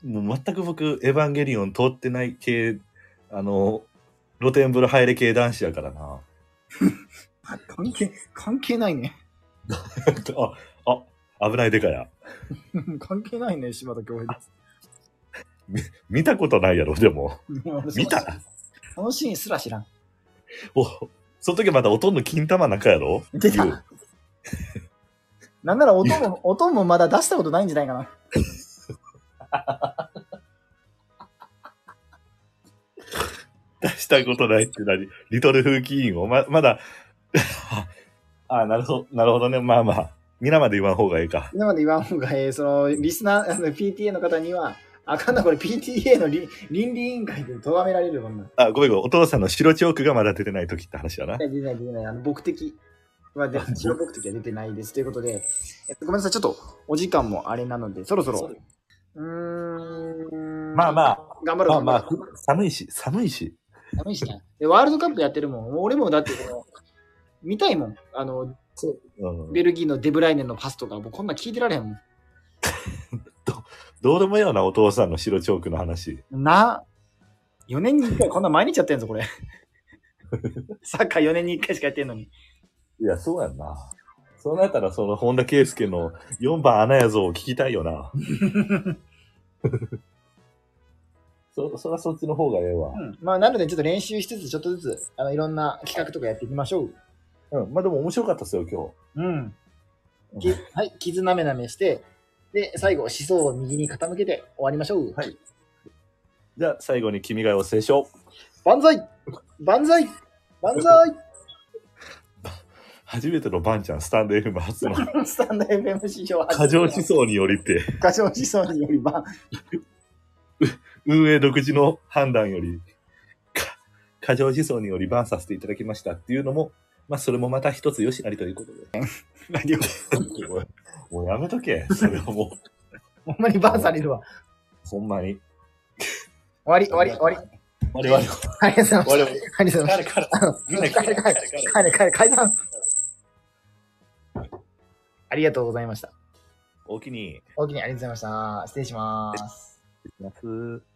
もう全く僕、エヴァンゲリオン通ってない系、露天風呂入れ系男子やからな。 関係ないね。 危ないでかや。 関係ないね、柴田恭平です。 見たことないやろ、でも。見たそのシーンすら知らん。 その時まだおとんの金玉中やろ。 出た。なんなら音もまだ出したことないんじゃないかな。 出したことないって何？リトル風紀委員をまだなるほどね。まあまあ。皆まで言わん方がいいか。 皆まで言わん方がその、リスナー、PTA の方には、あかんな、これ PTA の倫理委員会で咎められるもんな。 ごめん。お父さんの白チョークがまだ出てない時って話だな。 出てない。僕的は白僕的は出てないです。ということで、ごめんなさい。ちょっとお時間もあれなので、そろそろ。 まあ。 頑張ろう。 まあ、寒いしね。で、ワールドカップやってるもん。俺もだって見たいもん。ベルギーのデブライネンのパスとか、もうこんなん聞いてられへんもん。 どうでもいいよな、お父さんの白チョークの話。 4年に1回こんな毎日やってんぞ、これ。サッカー4年に1回しかやってんのに。 いや、そうやんな。そうなったら、その、本田圭佑の4番穴やぞを聞きたいよな。そらそっちの方がええわ。 まあ、なので、ちょっと練習しつつ、ちょっとずつ、いろんな企画とかやっていきましょう。 まあでも面白かったですよ、今日。はい、傷なめなめして、で、最後、思想を右に傾けて終わりましょう。 はい。じゃあ、最後に君がお聖書。 万歳初めてのバンちゃん、スタンド FM 初の。 スタンド FM 史上初。 過剰思想によりって。 過剰思想によりバン。 運営独自の判断より、過剰思想によりバンさせていただきましたっていうのも、まあ、それもまた一つよしなりということで。もうやめとけ。それはもう。 ほんまにバンされるわ。 ほんまに。 終わり。 ありがとうございました。 ありがとうございました。解散。ありがとうございました。 おおきに。 ありがとうございました。失礼します。 失礼します。